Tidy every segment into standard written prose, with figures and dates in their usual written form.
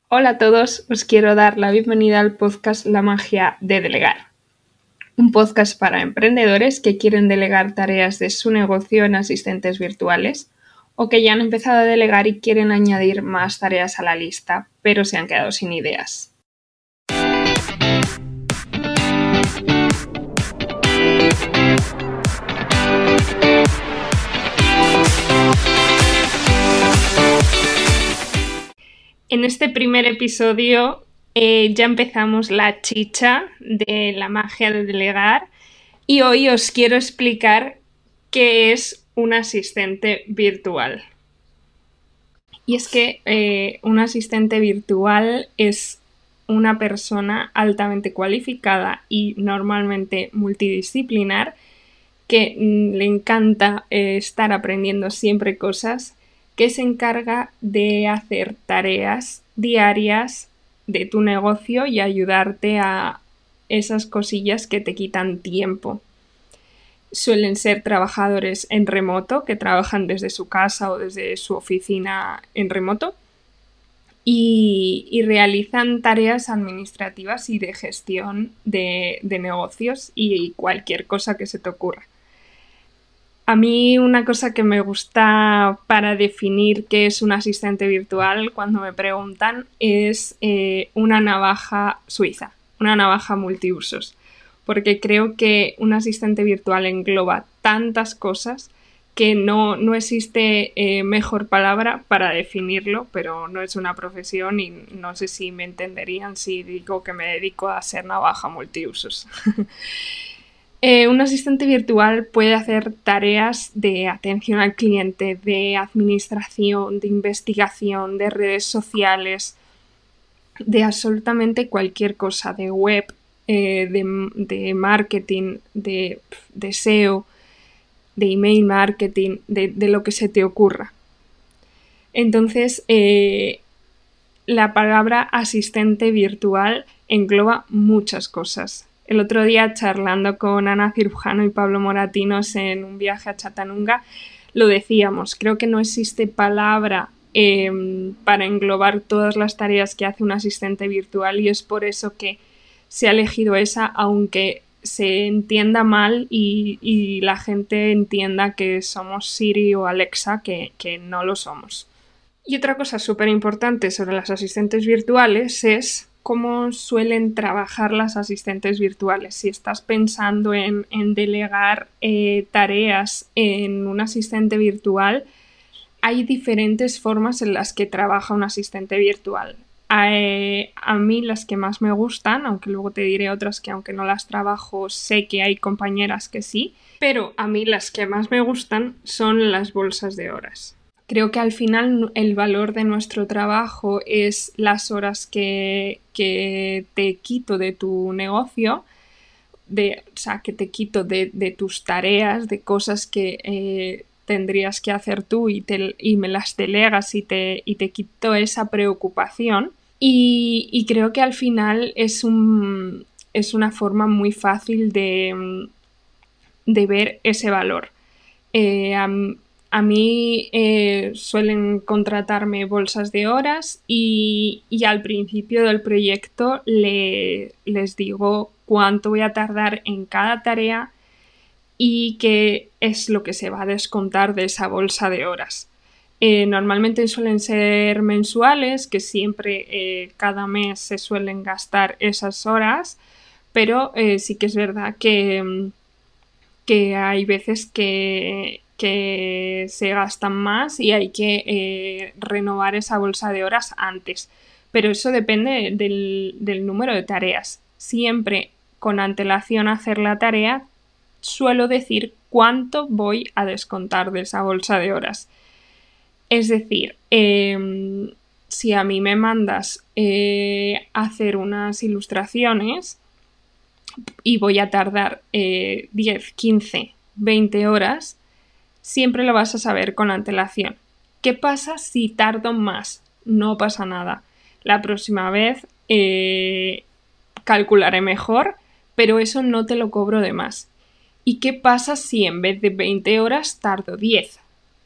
Hola a todos, os quiero dar la bienvenida al podcast La magia de delegar, un podcast para emprendedores que quieren delegar tareas de su negocio en asistentes virtuales o que ya han empezado a delegar y quieren añadir más tareas a la lista, pero se han quedado sin ideas. En este primer episodio ya empezamos la chicha de la magia de delegar y hoy os quiero explicar qué es un asistente virtual. Y es que un asistente virtual es una persona altamente cualificada y normalmente multidisciplinar que le encanta estar aprendiendo siempre cosas, que se encarga de hacer tareas diarias de tu negocio y ayudarte a esas cosillas que te quitan tiempo. Suelen ser trabajadores en remoto, que trabajan desde su casa o desde su oficina en remoto y realizan tareas administrativas y de gestión de negocios y cualquier cosa que se te ocurra. A mí una cosa que me gusta para definir qué es un asistente virtual cuando me preguntan es una navaja suiza, una navaja multiusos, porque creo que un asistente virtual engloba tantas cosas que no existe mejor palabra para definirlo, pero no es una profesión y no sé si me entenderían si digo que me dedico a ser navaja multiusos. Un asistente virtual puede hacer tareas de atención al cliente, de administración, de investigación, de redes sociales, de absolutamente cualquier cosa, de web, de marketing, de SEO, de email marketing, de lo que se te ocurra. Entonces, la palabra asistente virtual engloba muchas cosas. El otro día, charlando con Ana Cirujano y Pablo Moratinos en un viaje a Chattanooga, lo decíamos, creo que no existe palabra para englobar todas las tareas que hace un asistente virtual y es por eso que se ha elegido esa, aunque se entienda mal y la gente entienda que somos Siri o Alexa, que no lo somos. Y otra cosa súper importante sobre las asistentes virtuales es cómo suelen trabajar las asistentes virtuales. Si estás pensando en delegar tareas en un asistente virtual, hay diferentes formas en las que trabaja un asistente virtual. A mí las que más me gustan, aunque luego te diré otras que aunque no las trabajo sé que hay compañeras que sí, pero a mí las que más me gustan son las bolsas de horas. Creo que al final el valor de nuestro trabajo es las horas que te quito de tu negocio, o sea, que te quito de tus tareas, de cosas que tendrías que hacer tú y me las delegas y te quito esa preocupación. Y creo que al final es una forma muy fácil de ver ese valor. A mí suelen contratarme bolsas de horas y al principio del proyecto les digo cuánto voy a tardar en cada tarea y qué es lo que se va a descontar de esa bolsa de horas. Normalmente suelen ser mensuales, que siempre cada mes se suelen gastar esas horas, pero sí que es verdad que hay veces que se gastan más y hay que renovar esa bolsa de horas antes. Pero eso depende del número de tareas. Siempre con antelación a hacer la tarea suelo decir cuánto voy a descontar de esa bolsa de horas. Es decir, si a mí me mandas hacer unas ilustraciones y voy a tardar 10, 15, 20 horas, siempre lo vas a saber con antelación. ¿Qué pasa si tardo más? No pasa nada. La próxima vez calcularé mejor, pero eso no te lo cobro de más. ¿Y qué pasa si en vez de 20 horas tardo 10?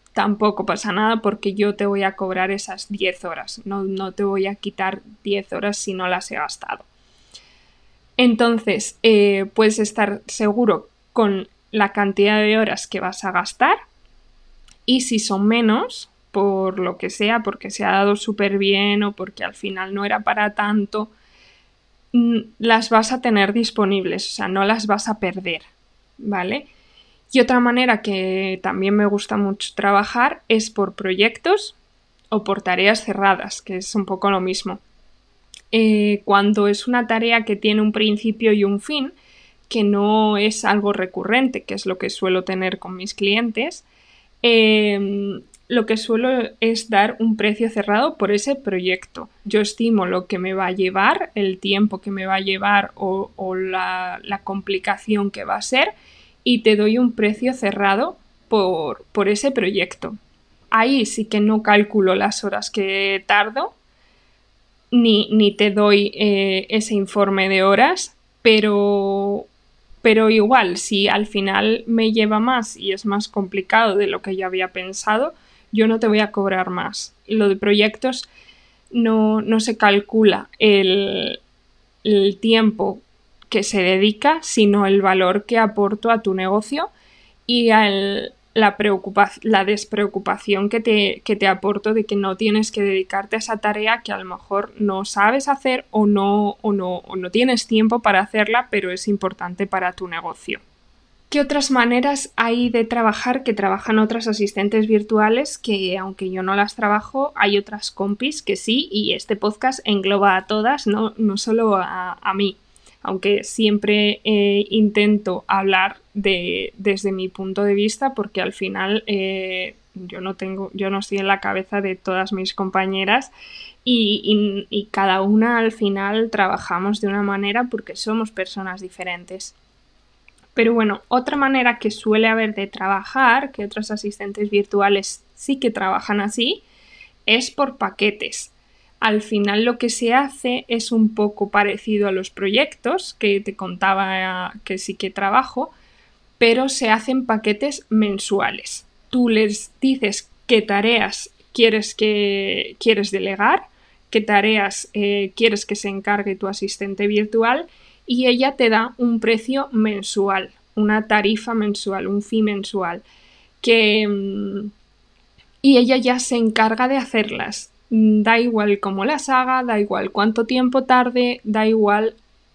tampoco pasa nada porque yo te voy a cobrar esas 10 horas, no te voy a quitar 10 horas si no las he gastado. Entonces, puedes estar seguro con la cantidad de horas que vas a gastar, y si son menos, por lo que sea, porque se ha dado súper bien o porque al final no era para tanto, las vas a tener disponibles, o sea, no las vas a perder, ¿vale? Y otra manera que también me gusta mucho trabajar es por proyectos o por tareas cerradas, que es un poco lo mismo. Cuando es una tarea que tiene un principio y un fin, que no es algo recurrente, que es lo que suelo tener con mis clientes, lo que suelo es dar un precio cerrado por ese proyecto. Yo estimo lo que me va a llevar, el tiempo que me va a llevar o la complicación que va a ser, y te doy un precio cerrado por ese proyecto. Ahí sí que no calculo las horas que tardo, ni te doy ese informe de horas, pero igual, si al final me lleva más y es más complicado de lo que yo había pensado, yo no te voy a cobrar más. Lo de proyectos no se calcula el tiempo que se dedica, sino el valor que aporto a tu negocio y la despreocupación que te aporto de que no tienes que dedicarte a esa tarea que a lo mejor no sabes hacer o no tienes tiempo para hacerla, pero es importante para tu negocio. ¿Qué otras maneras hay de trabajar que trabajan otras asistentes virtuales que, aunque yo no las trabajo, hay otras compis que sí, y este podcast engloba a todas, no solo a mí? Aunque siempre intento hablar desde mi punto de vista, porque al final yo no estoy en la cabeza de todas mis compañeras y cada una al final trabajamos de una manera porque somos personas diferentes. Pero bueno, otra manera que suele haber de trabajar, que otros asistentes virtuales sí que trabajan así, es por paquetes. Al final lo que se hace es un poco parecido a los proyectos que te contaba que sí que trabajo, pero se hacen paquetes mensuales. Tú les dices qué tareas quieres delegar, qué tareas quieres que se encargue tu asistente virtual, y ella te da un precio mensual, una tarifa mensual, un fee mensual, y ella ya se encarga de hacerlas. Da igual cómo las haga, da igual cuánto tiempo tarde, da igual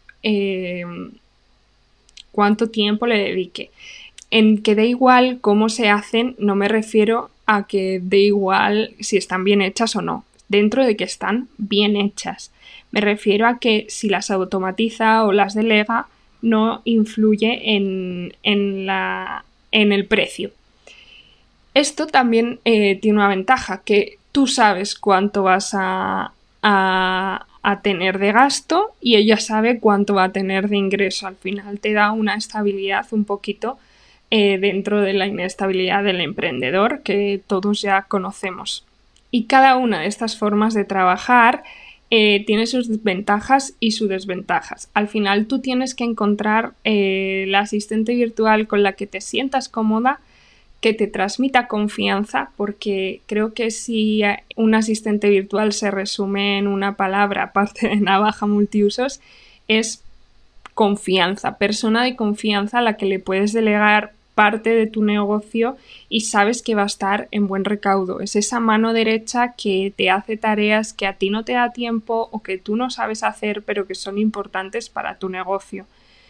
cuánto tiempo le dedique. En que da igual cómo se hacen, no me refiero a que da igual si están bien hechas o no, dentro de que están bien hechas. Me refiero a que si las automatiza o las delega, no influye en el precio. Esto también tiene una ventaja, que tú sabes cuánto vas a tener de gasto y ella sabe cuánto va a tener de ingreso. Al final te da una estabilidad un poquito dentro de la inestabilidad del emprendedor que todos ya conocemos. Y cada una de estas formas de trabajar tiene sus ventajas y sus desventajas. Al final tú tienes que encontrar la asistente virtual con la que te sientas cómoda, que te transmita confianza, porque creo que si un asistente virtual se resume en una palabra, aparte de navaja multiusos, es confianza, persona de confianza a la que le puedes delegar parte de tu negocio y sabes que va a estar en buen recaudo. Es esa mano derecha que te hace tareas que a ti no te da tiempo o que tú no sabes hacer, pero que son importantes para tu negocio.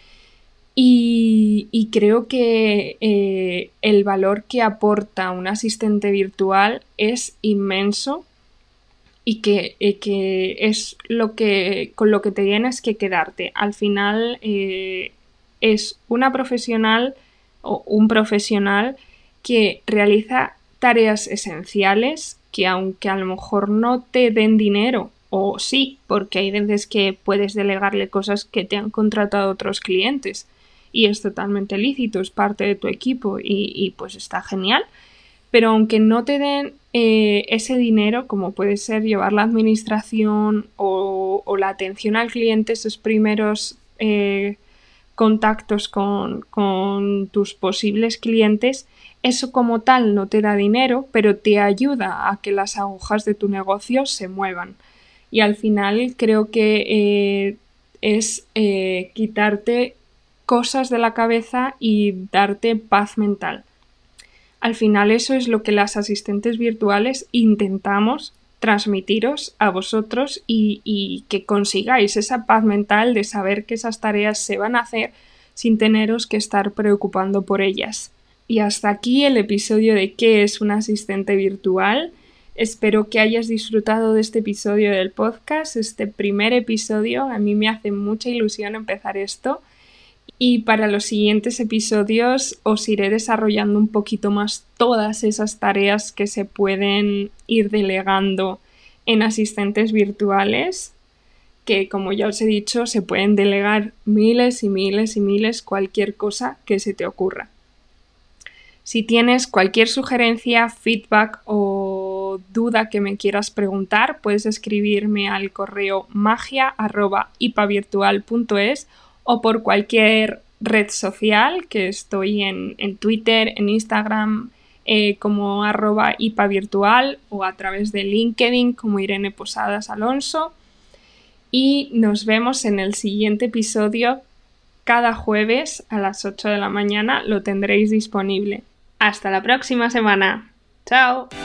Y creo que el valor que aporta un asistente virtual es inmenso y que es con lo que te tienes que quedarte. Al final es una profesional o un profesional que realiza tareas esenciales que, aunque a lo mejor no te den dinero, o sí, porque hay veces que puedes delegarle cosas que te han contratado otros clientes y es totalmente lícito, es parte de tu equipo y pues está genial. Pero aunque no te den ese dinero, como puede ser llevar la administración o la atención al cliente, esos primeros contactos con tus posibles clientes, Eso como tal no te da dinero, pero te ayuda a que las agujas de tu negocio se muevan. Y al final creo que es quitarte cosas de la cabeza y darte paz mental. Al final eso es lo que las asistentes virtuales intentamos transmitiros a vosotros y que consigáis esa paz mental de saber que esas tareas se van a hacer sin teneros que estar preocupando por ellas. Y hasta aquí el episodio de ¿qué es un asistente virtual? Espero que hayas disfrutado de este episodio del podcast, este primer episodio. A mí me hace mucha ilusión empezar esto. Y para los siguientes episodios os iré desarrollando un poquito más todas esas tareas que se pueden ir delegando en asistentes virtuales, que como ya os he dicho, se pueden delegar miles y miles y miles cualquier cosa que se te ocurra. Si tienes cualquier sugerencia, feedback o duda que me quieras preguntar, puedes escribirme al correo magia@ipavirtual.es o por cualquier red social, que estoy en Twitter, en Instagram como @ipavirtual o a través de LinkedIn como Irene Posadas Alonso. Y nos vemos en el siguiente episodio. Cada jueves a las 8 de la mañana lo tendréis disponible. Hasta la próxima semana. ¡Chao!